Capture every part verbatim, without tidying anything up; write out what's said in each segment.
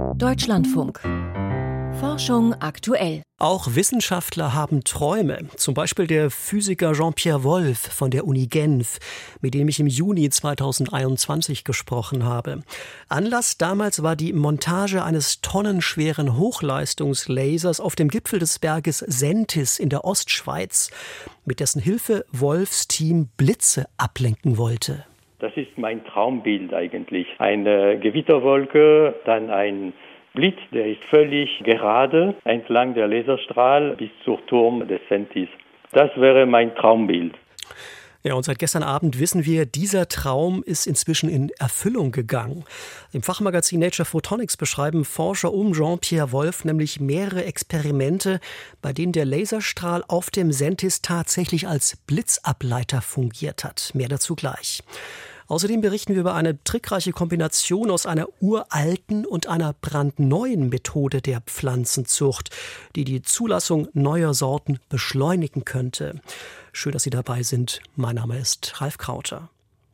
Deutschlandfunk. Forschung aktuell. Auch Wissenschaftler haben Träume. Zum Beispiel der Physiker Jean-Pierre Wolf von der Uni Genf, mit dem ich im Juni zweitausendeinundzwanzig gesprochen habe. Anlass damals war die Montage eines tonnenschweren Hochleistungslasers auf dem Gipfel des Berges Sentis in der Ostschweiz, mit dessen Hilfe Wolfs Team Blitze ablenken wollte. Das ist mein Traumbild eigentlich. Eine Gewitterwolke, dann ein Blitz, der ist völlig gerade entlang der Laserstrahl bis zur Turm des Sentis. Das wäre mein Traumbild. Ja, und seit gestern Abend wissen wir, dieser Traum ist inzwischen in Erfüllung gegangen. Im Fachmagazin Nature Photonics beschreiben Forscher um Jean-Pierre Wolf nämlich mehrere Experimente, bei denen der Laserstrahl auf dem Sentis tatsächlich als Blitzableiter fungiert hat. Mehr dazu gleich. Außerdem berichten wir über eine trickreiche Kombination aus einer uralten und einer brandneuen Methode der Pflanzenzucht, die die Zulassung neuer Sorten beschleunigen könnte. Schön, dass Sie dabei sind. Mein Name ist Ralf Krauter.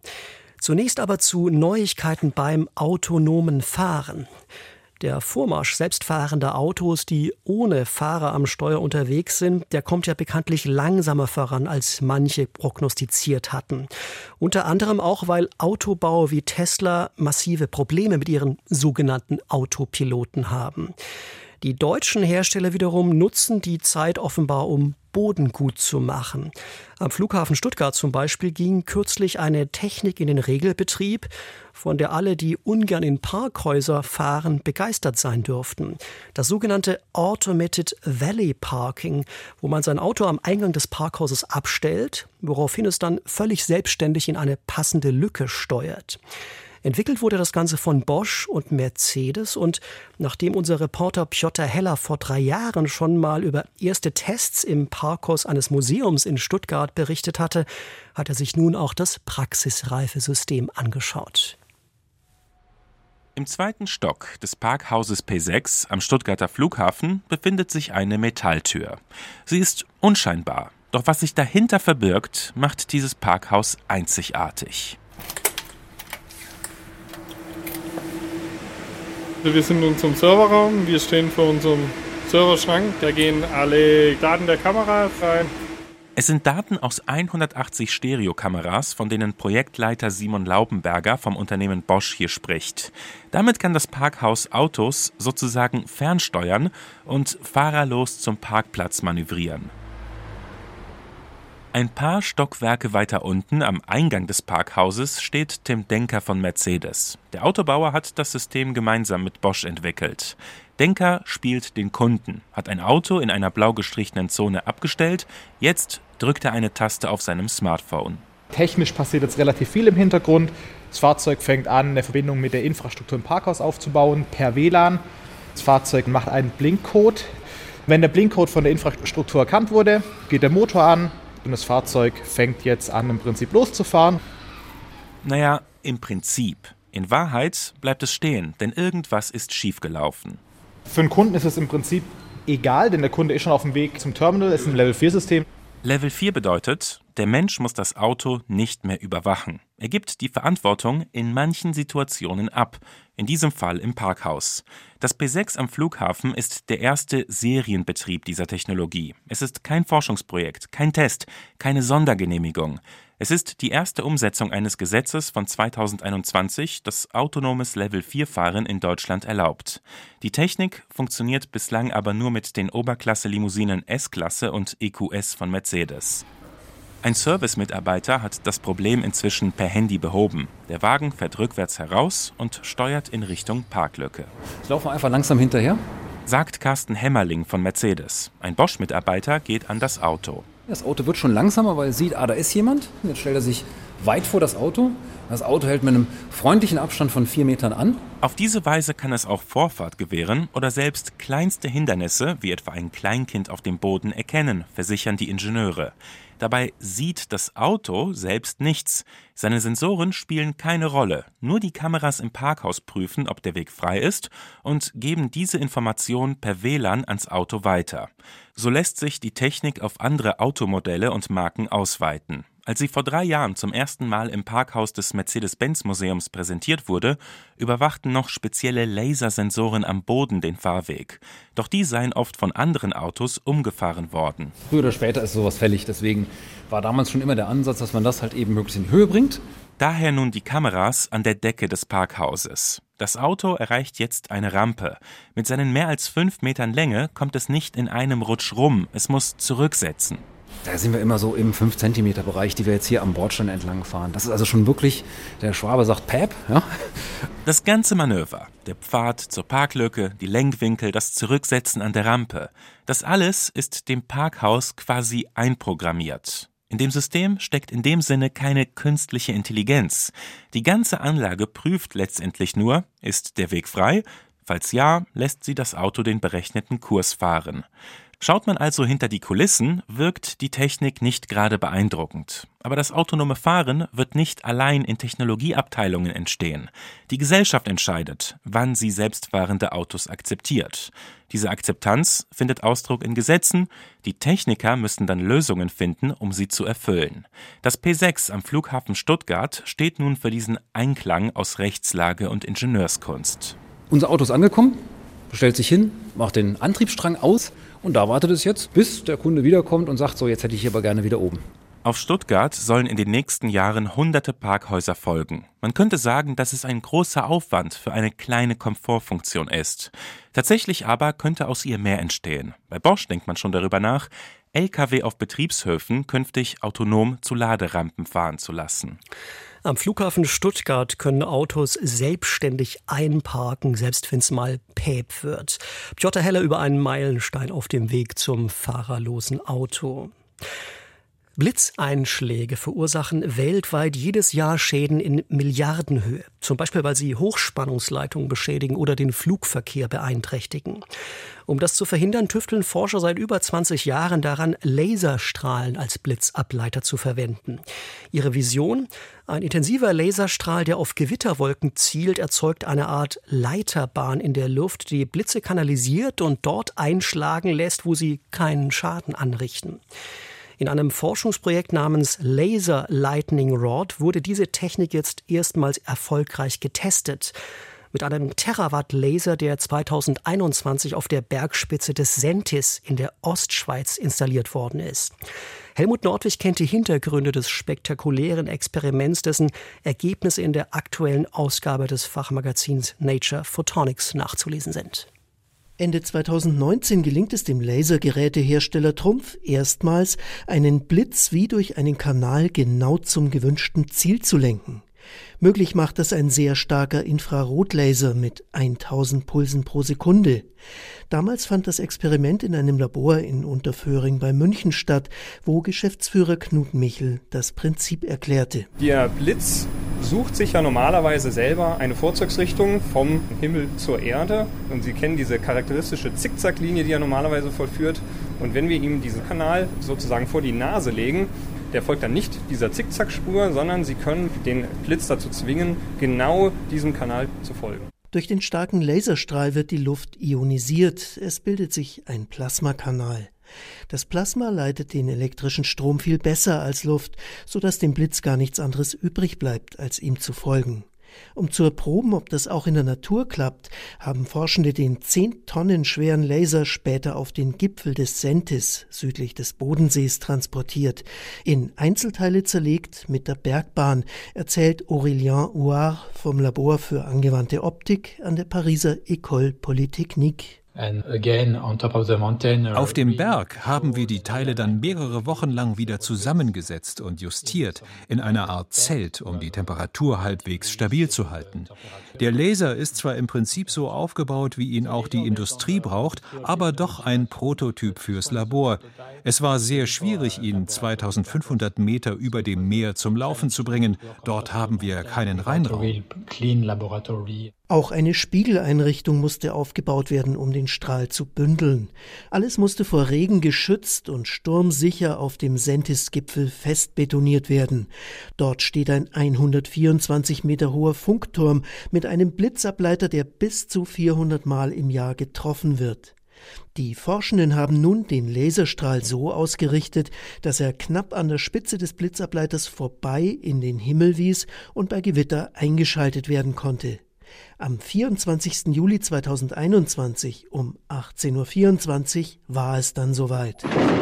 Zunächst aber zu Neuigkeiten beim autonomen Fahren. Der Vormarsch selbstfahrender Autos, die ohne Fahrer am Steuer unterwegs sind, der kommt ja bekanntlich langsamer voran, als manche prognostiziert hatten. Unter anderem auch, weil Autobauer wie Tesla massive Probleme mit ihren sogenannten Autopiloten haben. Die deutschen Hersteller wiederum nutzen die Zeit offenbar, um Boden gut zu machen. Am Flughafen Stuttgart zum Beispiel ging kürzlich eine Technik in den Regelbetrieb, von der alle, die ungern in Parkhäuser fahren, begeistert sein dürften. Das sogenannte Automated Valley Parking, wo man sein Auto am Eingang des Parkhauses abstellt, woraufhin es dann völlig selbstständig in eine passende Lücke steuert. Entwickelt wurde das Ganze von Bosch und Mercedes, und nachdem unser Reporter Piotr Heller vor drei Jahren schon mal über erste Tests im Parkhaus eines Museums in Stuttgart berichtet hatte, hat er sich nun auch das praxisreife System angeschaut. Im zweiten Stock des Parkhauses P sechs am Stuttgarter Flughafen befindet sich eine Metalltür. Sie ist unscheinbar, doch was sich dahinter verbirgt, macht dieses Parkhaus einzigartig. Wir sind in unserem Serverraum, wir stehen vor unserem Serverschrank, da gehen alle Daten der Kamera rein. Es sind Daten aus hundertachtzig Stereokameras, von denen Projektleiter Simon Laubenberger vom Unternehmen Bosch hier spricht. Damit kann das Parkhaus Autos sozusagen fernsteuern und fahrerlos zum Parkplatz manövrieren. Ein paar Stockwerke weiter unten am Eingang des Parkhauses steht Tim Denker von Mercedes. Der Autobauer hat das System gemeinsam mit Bosch entwickelt. Denker spielt den Kunden, hat ein Auto in einer blau gestrichenen Zone abgestellt. Jetzt drückt er eine Taste auf seinem Smartphone. Technisch passiert jetzt relativ viel im Hintergrund. Das Fahrzeug fängt an, eine Verbindung mit der Infrastruktur im Parkhaus aufzubauen, per W L A N. Das Fahrzeug macht einen Blinkcode. Wenn der Blinkcode von der Infrastruktur erkannt wurde, geht der Motor an. Und das Fahrzeug fängt jetzt an, im Prinzip loszufahren. Naja, im Prinzip. In Wahrheit bleibt es stehen, denn irgendwas ist schiefgelaufen. Für den Kunden ist es im Prinzip egal, denn der Kunde ist schon auf dem Weg zum Terminal, es ist ein Level vier System. Level vier bedeutet, der Mensch muss das Auto nicht mehr überwachen. Er gibt die Verantwortung in manchen Situationen ab, in diesem Fall im Parkhaus. Das P sechs am Flughafen ist der erste Serienbetrieb dieser Technologie. Es ist kein Forschungsprojekt, kein Test, keine Sondergenehmigung. Es ist die erste Umsetzung eines Gesetzes von zweitausendeinundzwanzig, das autonomes Level vier Fahren in Deutschland erlaubt. Die Technik funktioniert bislang aber nur mit den Oberklasse-Limousinen S-Klasse und E Q S von Mercedes. Ein Service-Mitarbeiter hat das Problem inzwischen per Handy behoben. Der Wagen fährt rückwärts heraus und steuert in Richtung Parklücke. Ich laufe einfach langsam hinterher, sagt Carsten Hämmerling von Mercedes. Ein Bosch-Mitarbeiter geht an das Auto. Das Auto wird schon langsamer, weil er sieht, ah, da ist jemand. Jetzt stellt er sich weit vor das Auto. Das Auto hält mit einem freundlichen Abstand von vier Metern an. Auf diese Weise kann es auch Vorfahrt gewähren oder selbst kleinste Hindernisse, wie etwa ein Kleinkind auf dem Boden, erkennen, versichern die Ingenieure. Dabei sieht das Auto selbst nichts. Seine Sensoren spielen keine Rolle. Nur die Kameras im Parkhaus prüfen, ob der Weg frei ist, und geben diese Information per W L A N ans Auto weiter. So lässt sich die Technik auf andere Automodelle und Marken ausweiten. Als sie vor drei Jahren zum ersten Mal im Parkhaus des Mercedes-Benz-Museums präsentiert wurde, überwachten noch spezielle Lasersensoren am Boden den Fahrweg. Doch die seien oft von anderen Autos umgefahren worden. Früher oder später ist sowas fällig, deswegen war damals schon immer der Ansatz, dass man das halt eben möglichst in die Höhe bringt. Daher nun die Kameras an der Decke des Parkhauses. Das Auto erreicht jetzt eine Rampe. Mit seinen mehr als fünf Metern Länge kommt es nicht in einem Rutsch rum, es muss zurücksetzen. Da sind wir immer so im fünf Zentimeter Bereich, die wir jetzt hier am Bordstein entlang fahren. Das ist also schon wirklich, der Schwabe sagt Päp, ja? Das ganze Manöver, der Pfad zur Parklücke, die Lenkwinkel, das Zurücksetzen an der Rampe, das alles ist dem Parkhaus quasi einprogrammiert. In dem System steckt in dem Sinne keine künstliche Intelligenz. Die ganze Anlage prüft letztendlich nur, ist der Weg frei? Falls ja, lässt sie das Auto den berechneten Kurs fahren. Schaut man also hinter die Kulissen, wirkt die Technik nicht gerade beeindruckend. Aber das autonome Fahren wird nicht allein in Technologieabteilungen entstehen. Die Gesellschaft entscheidet, wann sie selbstfahrende Autos akzeptiert. Diese Akzeptanz findet Ausdruck in Gesetzen. Die Techniker müssen dann Lösungen finden, um sie zu erfüllen. Das P sechs am Flughafen Stuttgart steht nun für diesen Einklang aus Rechtslage und Ingenieurskunst. Unser Auto ist angekommen, stellt sich hin, macht den Antriebsstrang aus. Und da wartet es jetzt, bis der Kunde wiederkommt und sagt, so, jetzt hätte ich aber gerne wieder oben. Auf Stuttgart sollen in den nächsten Jahren hunderte Parkhäuser folgen. Man könnte sagen, dass es ein großer Aufwand für eine kleine Komfortfunktion ist. Tatsächlich aber könnte aus ihr mehr entstehen. Bei Bosch denkt man schon darüber nach, L K W auf Betriebshöfen künftig autonom zu Laderampen fahren zu lassen. Am Flughafen Stuttgart können Autos selbstständig einparken, selbst wenn es mal päp wird. Piotr Heller über einen Meilenstein auf dem Weg zum fahrerlosen Auto. Blitzeinschläge verursachen weltweit jedes Jahr Schäden in Milliardenhöhe. Zum Beispiel, weil sie Hochspannungsleitungen beschädigen oder den Flugverkehr beeinträchtigen. Um das zu verhindern, tüfteln Forscher seit über zwanzig Jahren daran, Laserstrahlen als Blitzableiter zu verwenden. Ihre Vision? Ein intensiver Laserstrahl, der auf Gewitterwolken zielt, erzeugt eine Art Leiterbahn in der Luft, die Blitze kanalisiert und dort einschlagen lässt, wo sie keinen Schaden anrichten. In einem Forschungsprojekt namens Laser Lightning Rod wurde diese Technik jetzt erstmals erfolgreich getestet. Mit einem Terawatt-Laser, der zweitausendeinundzwanzig auf der Bergspitze des Sentis in der Ostschweiz installiert worden ist. Helmut Nordwig kennt die Hintergründe des spektakulären Experiments, dessen Ergebnisse in der aktuellen Ausgabe des Fachmagazins Nature Photonics nachzulesen sind. Ende zweitausendneunzehn gelingt es dem Lasergerätehersteller Trumpf erstmals, einen Blitz wie durch einen Kanal genau zum gewünschten Ziel zu lenken. Möglich macht das ein sehr starker Infrarotlaser mit tausend Pulsen pro Sekunde. Damals fand das Experiment in einem Labor in Unterföhring bei München statt, wo Geschäftsführer Knut Michel das Prinzip erklärte. Der Blitz sucht sich ja normalerweise selber eine Vorzugsrichtung vom Himmel zur Erde. Und Sie kennen diese charakteristische Zickzacklinie, die er normalerweise vollführt. Und wenn wir ihm diesen Kanal sozusagen vor die Nase legen, der folgt dann nicht dieser Zickzackspur, sondern Sie können den Blitz dazu zwingen, genau diesem Kanal zu folgen. Durch den starken Laserstrahl wird die Luft ionisiert. Es bildet sich ein Plasmakanal. Das Plasma leitet den elektrischen Strom viel besser als Luft, sodass dem Blitz gar nichts anderes übrig bleibt, als ihm zu folgen. Um zu erproben, ob das auch in der Natur klappt, haben Forschende den zehn Tonnen schweren Laser später auf den Gipfel des Sentis südlich des Bodensees transportiert, in Einzelteile zerlegt mit der Bergbahn, erzählt Aurélien Huard vom Labor für angewandte Optik an der Pariser École Polytechnique. Auf dem Berg haben wir die Teile dann mehrere Wochen lang wieder zusammengesetzt und justiert, in einer Art Zelt, um die Temperatur halbwegs stabil zu halten. Der Laser ist zwar im Prinzip so aufgebaut, wie ihn auch die Industrie braucht, aber doch ein Prototyp fürs Labor. Es war sehr schwierig, ihn zweitausendfünfhundert Meter über dem Meer zum Laufen zu bringen. Dort haben wir keinen Reinraum. Auch eine Spiegeleinrichtung musste aufgebaut werden, um den Strahl zu bündeln. Alles musste vor Regen geschützt und sturmsicher auf dem Sentis-Gipfel fest betoniert werden. Dort steht ein hundertvierundzwanzig Meter hoher Funkturm mit einem Blitzableiter, der bis zu vierhundert Mal im Jahr getroffen wird. Die Forschenden haben nun den Laserstrahl so ausgerichtet, dass er knapp an der Spitze des Blitzableiters vorbei in den Himmel wies und bei Gewitter eingeschaltet werden konnte. Am vierundzwanzigsten Juli zweitausendeinundzwanzig um achtzehn Uhr vierundzwanzig war es dann soweit.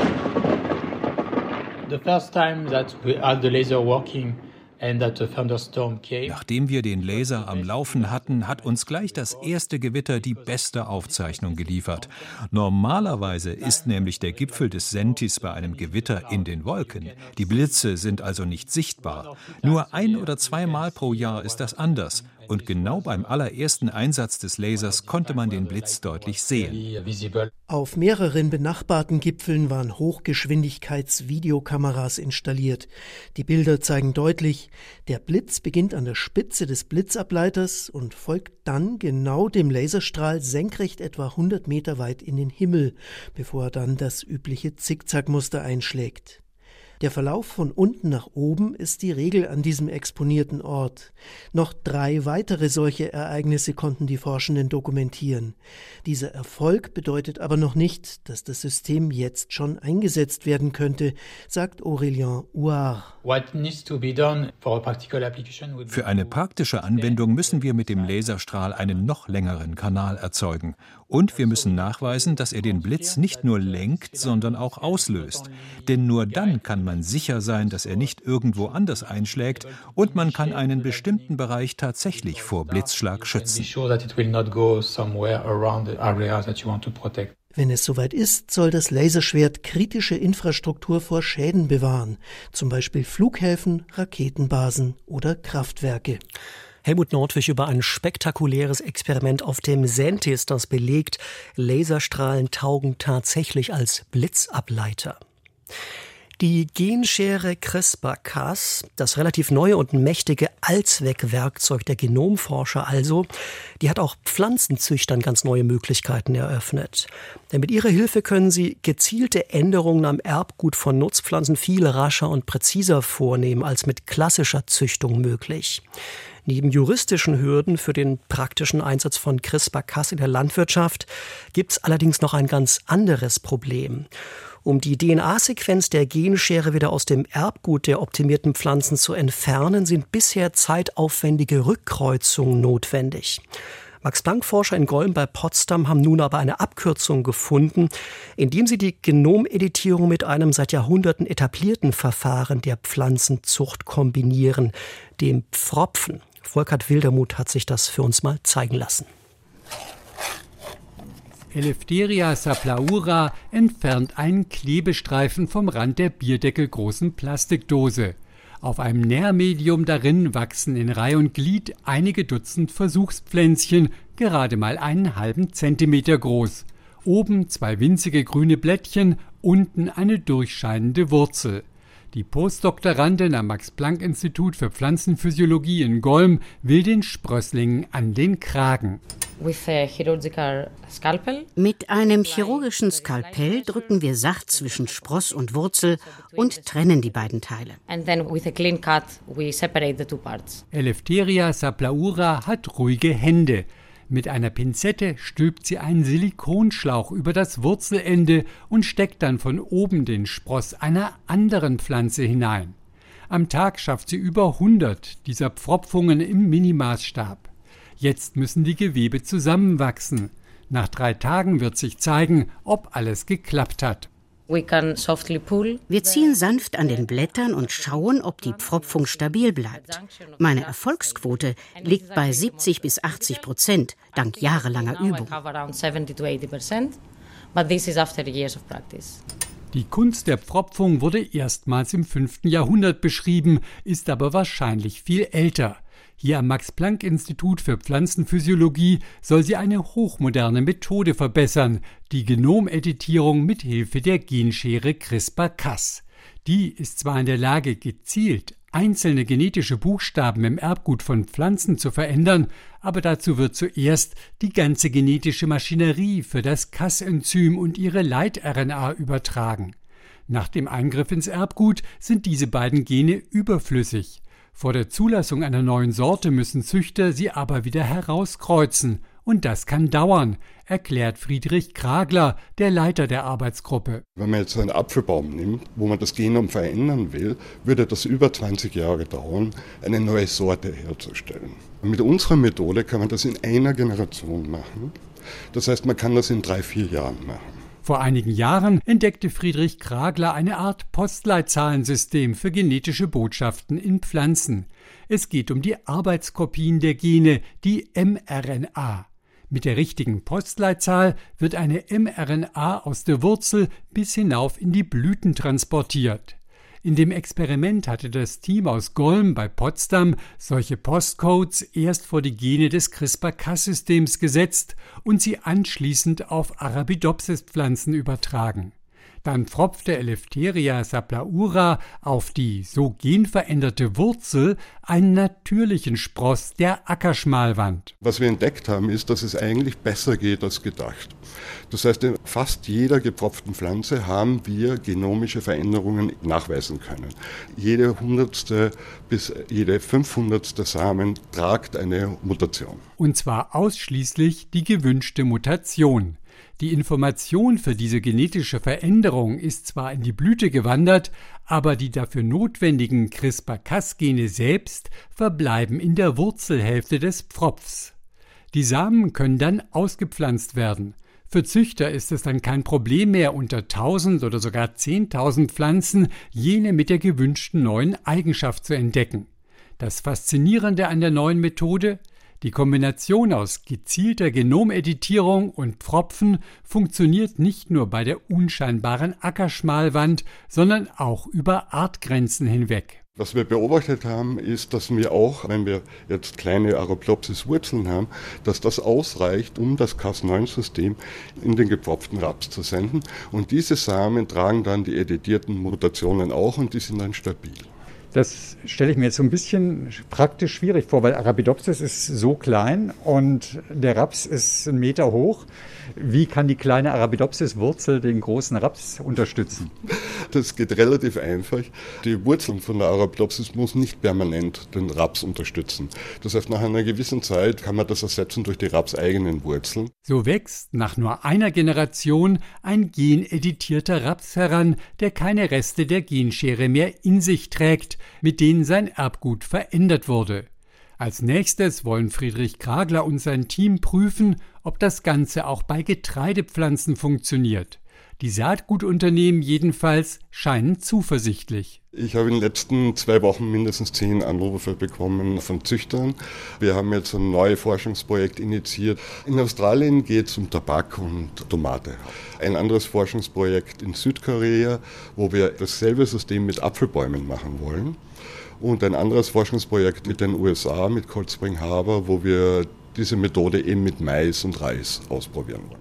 The first time that we had the laser working. Nachdem wir den Laser am Laufen hatten, hat uns gleich das erste Gewitter die beste Aufzeichnung geliefert. Normalerweise ist nämlich der Gipfel des Sentis bei einem Gewitter in den Wolken. Die Blitze sind also nicht sichtbar. Nur ein- oder zweimal pro Jahr ist das anders. Und genau beim allerersten Einsatz des Lasers konnte man den Blitz deutlich sehen. Auf mehreren benachbarten Gipfeln waren Hochgeschwindigkeits-Videokameras installiert. Die Bilder zeigen deutlich, der Blitz beginnt an der Spitze des Blitzableiters und folgt dann genau dem Laserstrahl senkrecht etwa hundert Meter weit in den Himmel, bevor er dann das übliche Zickzackmuster einschlägt. Der Verlauf von unten nach oben ist die Regel an diesem exponierten Ort. Noch drei weitere solche Ereignisse konnten die Forschenden dokumentieren. Dieser Erfolg bedeutet aber noch nicht, dass das System jetzt schon eingesetzt werden könnte, sagt Aurélien Huard. Für eine praktische Anwendung müssen wir mit dem Laserstrahl einen noch längeren Kanal erzeugen. Und wir müssen nachweisen, dass er den Blitz nicht nur lenkt, sondern auch auslöst. Denn nur dann kann man sicher sein, dass er nicht irgendwo anders einschlägt, und man kann einen bestimmten Bereich tatsächlich vor Blitzschlag schützen. Wenn es soweit ist, soll das Laserschwert kritische Infrastruktur vor Schäden bewahren, zum Beispiel Flughäfen, Raketenbasen oder Kraftwerke. Helmut Nordwig über ein spektakuläres Experiment auf dem Sentis, das belegt, Laserstrahlen taugen tatsächlich als Blitzableiter. Die Genschere CRISPR-Cas, das relativ neue und mächtige Allzweckwerkzeug der Genomforscher also, die hat auch Pflanzenzüchtern ganz neue Möglichkeiten eröffnet. Denn mit ihrer Hilfe können sie gezielte Änderungen am Erbgut von Nutzpflanzen viel rascher und präziser vornehmen als mit klassischer Züchtung möglich. Neben juristischen Hürden für den praktischen Einsatz von CRISPR-Cas in der Landwirtschaft gibt es allerdings noch ein ganz anderes Problem. Um die D N A-Sequenz der Genschere wieder aus dem Erbgut der optimierten Pflanzen zu entfernen, sind bisher zeitaufwendige Rückkreuzungen notwendig. Max-Planck-Forscher in Golm bei Potsdam haben nun aber eine Abkürzung gefunden, indem sie die Genomeditierung mit einem seit Jahrhunderten etablierten Verfahren der Pflanzenzucht kombinieren, dem Pfropfen. Volkert Wildermuth hat sich das für uns mal zeigen lassen. Eleftheria saplaura entfernt einen Klebestreifen vom Rand der bierdeckelgroßen Plastikdose. Auf einem Nährmedium darin wachsen in Reih und Glied einige Dutzend Versuchspflänzchen, gerade mal einen halben Zentimeter groß. Oben zwei winzige grüne Blättchen, unten eine durchscheinende Wurzel. Die Postdoktorandin am Max-Planck-Institut für Pflanzenphysiologie in Golm will den Sprösslingen an den Kragen. Mit einem chirurgischen Skalpell drücken wir sacht zwischen Spross und Wurzel und trennen die beiden Teile. Eleftheria saplaura hat ruhige Hände. Mit einer Pinzette stülpt sie einen Silikonschlauch über das Wurzelende und steckt dann von oben den Spross einer anderen Pflanze hinein. Am Tag schafft sie über hundert dieser Pfropfungen im Minimaßstab. Jetzt müssen die Gewebe zusammenwachsen. Nach drei Tagen wird sich zeigen, ob alles geklappt hat. Wir ziehen sanft an den Blättern und schauen, ob die Pfropfung stabil bleibt. Meine Erfolgsquote liegt bei siebzig bis achtzig Prozent, dank jahrelanger Übung. Die Kunst der Pfropfung wurde erstmals im fünften Jahrhundert beschrieben, ist aber wahrscheinlich viel älter. Hier am Max-Planck-Institut für Pflanzenphysiologie soll sie eine hochmoderne Methode verbessern, die Genomeditierung mit Hilfe der Genschere CRISPR-Cas. Die ist zwar in der Lage, gezielt einzelne genetische Buchstaben im Erbgut von Pflanzen zu verändern, aber dazu wird zuerst die ganze genetische Maschinerie für das Cas-Enzym und ihre Leit-R N A übertragen. Nach dem Eingriff ins Erbgut sind diese beiden Gene überflüssig. Vor der Zulassung einer neuen Sorte müssen Züchter sie aber wieder herauskreuzen und das kann dauern, erklärt Friedrich Kragler, der Leiter der Arbeitsgruppe. Wenn man jetzt einen Apfelbaum nimmt, wo man das Genom verändern will, würde das über zwanzig Jahre dauern, eine neue Sorte herzustellen. Und mit unserer Methode kann man das in einer Generation machen. Das heißt, man kann das in drei, vier Jahren machen. Vor einigen Jahren entdeckte Friedrich Kragler eine Art Postleitzahlensystem für genetische Botschaften in Pflanzen. Es geht um die Arbeitskopien der Gene, die mRNA. Mit der richtigen Postleitzahl wird eine mRNA aus der Wurzel bis hinauf in die Blüten transportiert. In dem Experiment hatte das Team aus Golm bei Potsdam solche Postcodes erst vor die Gene des CRISPR-Cas-Systems gesetzt und sie anschließend auf Arabidopsis-Pflanzen übertragen. Dann pfropfte Eleftheria saplaura auf die so genveränderte Wurzel einen natürlichen Spross der Ackerschmalwand. Was wir entdeckt haben, ist, dass es eigentlich besser geht als gedacht. Das heißt, in fast jeder gepfropften Pflanze haben wir genomische Veränderungen nachweisen können. Jede hundertste bis jede fünfhundertste Samen tragt eine Mutation. Und zwar ausschließlich die gewünschte Mutation. Die Information für diese genetische Veränderung ist zwar in die Blüte gewandert, aber die dafür notwendigen CRISPR-Cas-Gene selbst verbleiben in der Wurzelhälfte des Pfropfs. Die Samen können dann ausgepflanzt werden. Für Züchter ist es dann kein Problem mehr, unter tausend oder sogar zehntausend Pflanzen jene mit der gewünschten neuen Eigenschaft zu entdecken. Das Faszinierende an der neuen Methode: die Kombination aus gezielter Genomeditierung und Pfropfen funktioniert nicht nur bei der unscheinbaren Ackerschmalwand, sondern auch über Artgrenzen hinweg. Was wir beobachtet haben, ist, dass wir auch, wenn wir jetzt kleine Arabidopsis-Wurzeln haben, dass das ausreicht, um das Cas neun System in den gepfropften Raps zu senden. Und diese Samen tragen dann die editierten Mutationen auch und die sind dann stabil. Das stelle ich mir jetzt so ein bisschen praktisch schwierig vor, weil Arabidopsis ist so klein und der Raps ist einen Meter hoch. Wie kann die kleine Arabidopsis-Wurzel den großen Raps unterstützen? Das geht relativ einfach. Die Wurzeln von der Arabidopsis muss nicht permanent den Raps unterstützen. Das heißt, nach einer gewissen Zeit kann man das ersetzen durch die rapseigenen Wurzeln. So wächst nach nur einer Generation ein geneditierter Raps heran, der keine Reste der Genschere mehr in sich trägt, mit denen sein Erbgut verändert wurde. Als nächstes wollen Friedrich Kragler und sein Team prüfen, ob das Ganze auch bei Getreidepflanzen funktioniert. Die Saatgutunternehmen jedenfalls scheinen zuversichtlich. Ich habe in den letzten zwei Wochen mindestens zehn Anrufe bekommen von Züchtern. Wir haben jetzt ein neues Forschungsprojekt initiiert. In Australien geht es um Tabak und Tomate. Ein anderes Forschungsprojekt in Südkorea, wo wir dasselbe System mit Apfelbäumen machen wollen. Und ein anderes Forschungsprojekt mit den U S A, mit Cold Spring Harbor, wo wir diese Methode eben mit Mais und Reis ausprobieren wollen.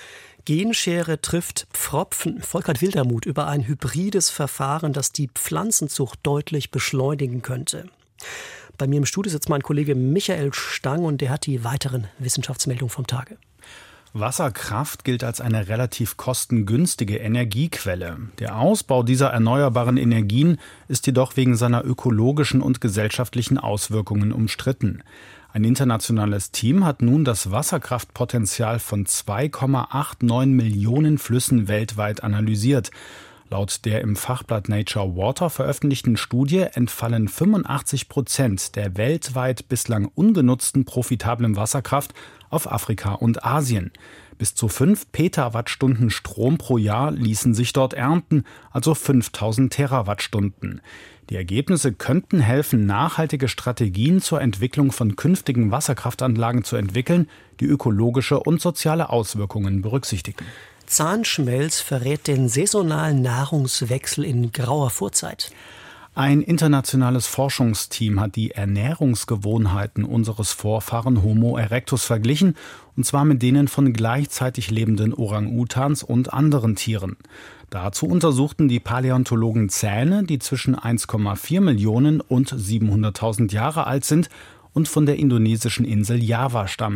Genschere trifft Pfropfen. Volkert Wildermuth über ein hybrides Verfahren, das die Pflanzenzucht deutlich beschleunigen könnte. Bei mir im Studio sitzt mein Kollege Michael Stang und der hat die weiteren Wissenschaftsmeldungen vom Tage. Wasserkraft gilt als eine relativ kostengünstige Energiequelle. Der Ausbau dieser erneuerbaren Energien ist jedoch wegen seiner ökologischen und gesellschaftlichen Auswirkungen umstritten. Ein internationales Team hat nun das Wasserkraftpotenzial von zwei Komma neunundachtzig Millionen Flüssen weltweit analysiert. Laut der im Fachblatt Nature Water veröffentlichten Studie entfallen fünfundachtzig Prozent der weltweit bislang ungenutzten profitablen Wasserkraft auf Afrika und Asien. Bis zu fünf Petawattstunden Strom pro Jahr ließen sich dort ernten, also fünftausend Terawattstunden. Die Ergebnisse könnten helfen, nachhaltige Strategien zur Entwicklung von künftigen Wasserkraftanlagen zu entwickeln, die ökologische und soziale Auswirkungen berücksichtigen. Zahnschmelz verrät den saisonalen Nahrungswechsel in grauer Vorzeit. Ein internationales Forschungsteam hat die Ernährungsgewohnheiten unseres Vorfahren Homo erectus verglichen, und zwar mit denen von gleichzeitig lebenden Orang-Utans und anderen Tieren. Dazu untersuchten die Paläontologen Zähne, die zwischen eins Komma vier Millionen und siebenhunderttausend Jahre alt sind und von der indonesischen Insel Java stammen.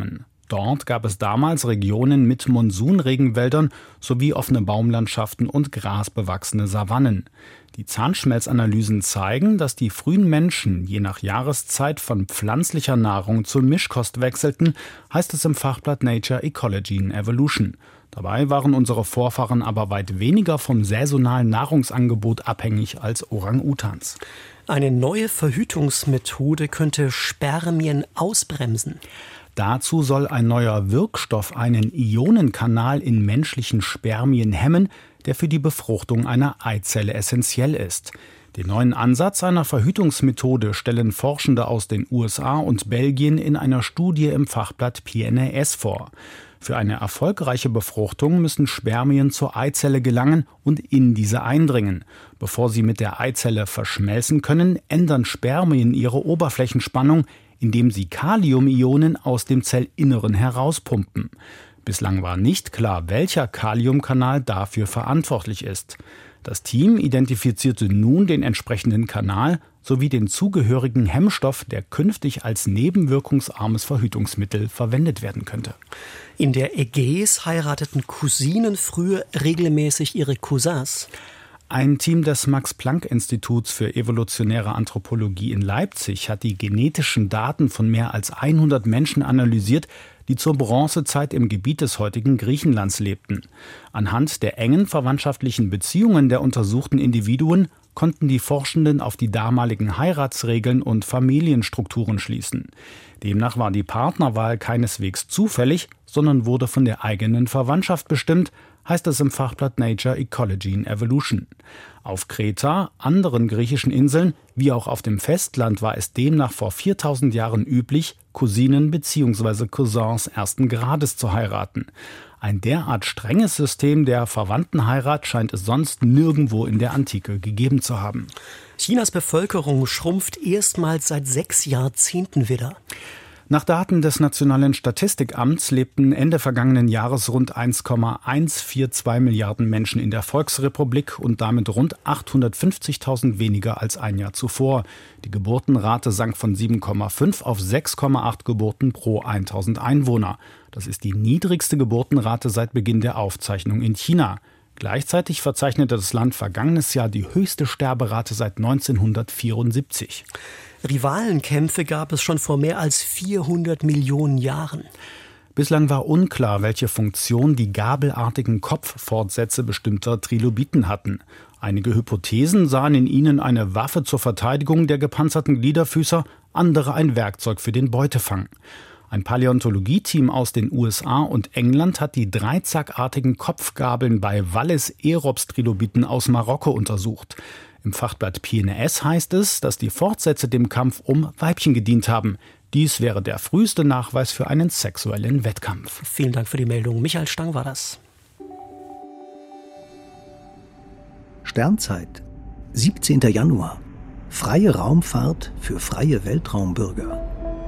Dort gab es damals Regionen mit Monsunregenwäldern sowie offene Baumlandschaften und grasbewachsene Savannen. Die Zahnschmelzanalysen zeigen, dass die frühen Menschen je nach Jahreszeit von pflanzlicher Nahrung zur Mischkost wechselten, heißt es im Fachblatt Nature Ecology and Evolution. Dabei waren unsere Vorfahren aber weit weniger vom saisonalen Nahrungsangebot abhängig als Orang-Utans. Eine neue Verhütungsmethode könnte Spermien ausbremsen. Dazu soll ein neuer Wirkstoff einen Ionenkanal in menschlichen Spermien hemmen, der für die Befruchtung einer Eizelle essentiell ist. Den neuen Ansatz einer Verhütungsmethode stellen Forschende aus den U S A und Belgien in einer Studie im Fachblatt P N A S vor. Für eine erfolgreiche Befruchtung müssen Spermien zur Eizelle gelangen und in diese eindringen. Bevor sie mit der Eizelle verschmelzen können, ändern Spermien ihre Oberflächenspannung, indem sie Kaliumionen aus dem Zellinneren herauspumpen. Bislang war nicht klar, welcher Kaliumkanal dafür verantwortlich ist. Das Team identifizierte nun den entsprechenden Kanal sowie den zugehörigen Hemmstoff, der künftig als nebenwirkungsarmes Verhütungsmittel verwendet werden könnte. In der Ägäis heirateten Cousinen früher regelmäßig ihre Cousins. Ein Team des Max-Planck-Instituts für evolutionäre Anthropologie in Leipzig hat die genetischen Daten von mehr als hundert Menschen analysiert, die zur Bronzezeit im Gebiet des heutigen Griechenlands lebten. Anhand der engen verwandtschaftlichen Beziehungen der untersuchten Individuen konnten die Forschenden auf die damaligen Heiratsregeln und Familienstrukturen schließen. Demnach war die Partnerwahl keineswegs zufällig, sondern wurde von der eigenen Verwandtschaft bestimmt, heißt es im Fachblatt Nature Ecology and Evolution. Auf Kreta, anderen griechischen Inseln, wie auch auf dem Festland war es demnach vor viertausend Jahren üblich, Cousinen bzw. Cousins ersten Grades zu heiraten. Ein derart strenges System der Verwandtenheirat scheint es sonst nirgendwo in der Antike gegeben zu haben. Chinas Bevölkerung schrumpft erstmals seit sechs Jahrzehnten wieder. Nach Daten des Nationalen Statistikamts lebten Ende vergangenen Jahres rund eins Komma hundertvierundzwanzig Milliarden Menschen in der Volksrepublik und damit rund achthundertfünfzigtausend weniger als ein Jahr zuvor. Die Geburtenrate sank von sieben Komma fünf auf sechs Komma acht Geburten pro tausend Einwohner. Das ist die niedrigste Geburtenrate seit Beginn der Aufzeichnung in China. Gleichzeitig verzeichnete das Land vergangenes Jahr die höchste Sterberate seit neunzehnhundertvierundsiebzig. Rivalenkämpfe gab es schon vor mehr als vierhundert Millionen Jahren. Bislang war unklar, welche Funktion die gabelartigen Kopffortsätze bestimmter Trilobiten hatten. Einige Hypothesen sahen in ihnen eine Waffe zur Verteidigung der gepanzerten Gliederfüßer, andere ein Werkzeug für den Beutefang. Ein Paläontologieteam aus den U S A und England hat die dreizackartigen Kopfgabeln bei Valles-Erops-Trilobiten aus Marokko untersucht. Im Fachblatt P N A S heißt es, dass die Fortsätze dem Kampf um Weibchen gedient haben. Dies wäre der früheste Nachweis für einen sexuellen Wettkampf. Vielen Dank für die Meldung. Michael Stang war das. Sternzeit, siebzehnter Januar. Freie Raumfahrt für freie Weltraumbürger.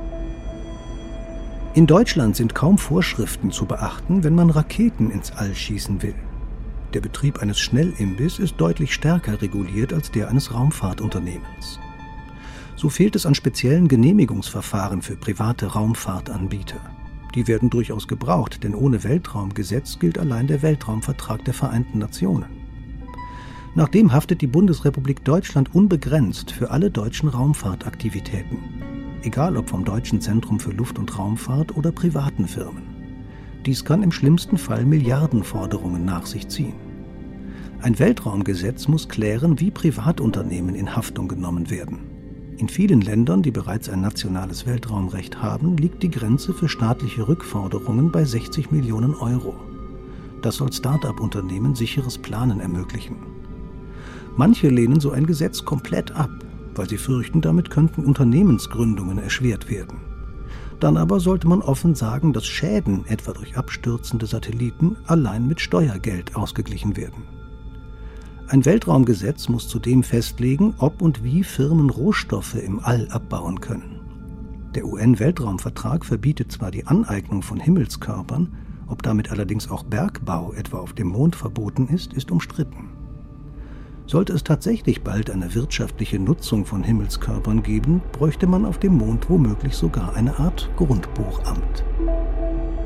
In Deutschland sind kaum Vorschriften zu beachten, wenn man Raketen ins All schießen will. Der Betrieb eines Schnellimbiss ist deutlich stärker reguliert als der eines Raumfahrtunternehmens. So fehlt es an speziellen Genehmigungsverfahren für private Raumfahrtanbieter. Die werden durchaus gebraucht, denn ohne Weltraumgesetz gilt allein der Weltraumvertrag der Vereinten Nationen. Nachdem haftet die Bundesrepublik Deutschland unbegrenzt für alle deutschen Raumfahrtaktivitäten, egal ob vom Deutschen Zentrum für Luft- und Raumfahrt oder privaten Firmen. Dies kann im schlimmsten Fall Milliardenforderungen nach sich ziehen. Ein Weltraumgesetz muss klären, wie Privatunternehmen in Haftung genommen werden. In vielen Ländern, die bereits ein nationales Weltraumrecht haben, liegt die Grenze für staatliche Rückforderungen bei sechzig Millionen Euro. Das soll Start-up-Unternehmen sicheres Planen ermöglichen. Manche lehnen so ein Gesetz komplett ab, weil sie fürchten, damit könnten Unternehmensgründungen erschwert werden. Dann aber sollte man offen sagen, dass Schäden, etwa durch abstürzende Satelliten, allein mit Steuergeld ausgeglichen werden. Ein Weltraumgesetz muss zudem festlegen, ob und wie Firmen Rohstoffe im All abbauen können. Der U N-Weltraumvertrag verbietet zwar die Aneignung von Himmelskörpern, ob damit allerdings auch Bergbau, etwa auf dem Mond, verboten ist, ist umstritten. Sollte es tatsächlich bald eine wirtschaftliche Nutzung von Himmelskörpern geben, bräuchte man auf dem Mond womöglich sogar eine Art Grundbuchamt.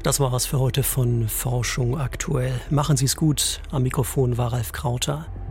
Das war es für heute von Forschung aktuell. Machen Sie es gut. Am Mikrofon war Ralf Krauter.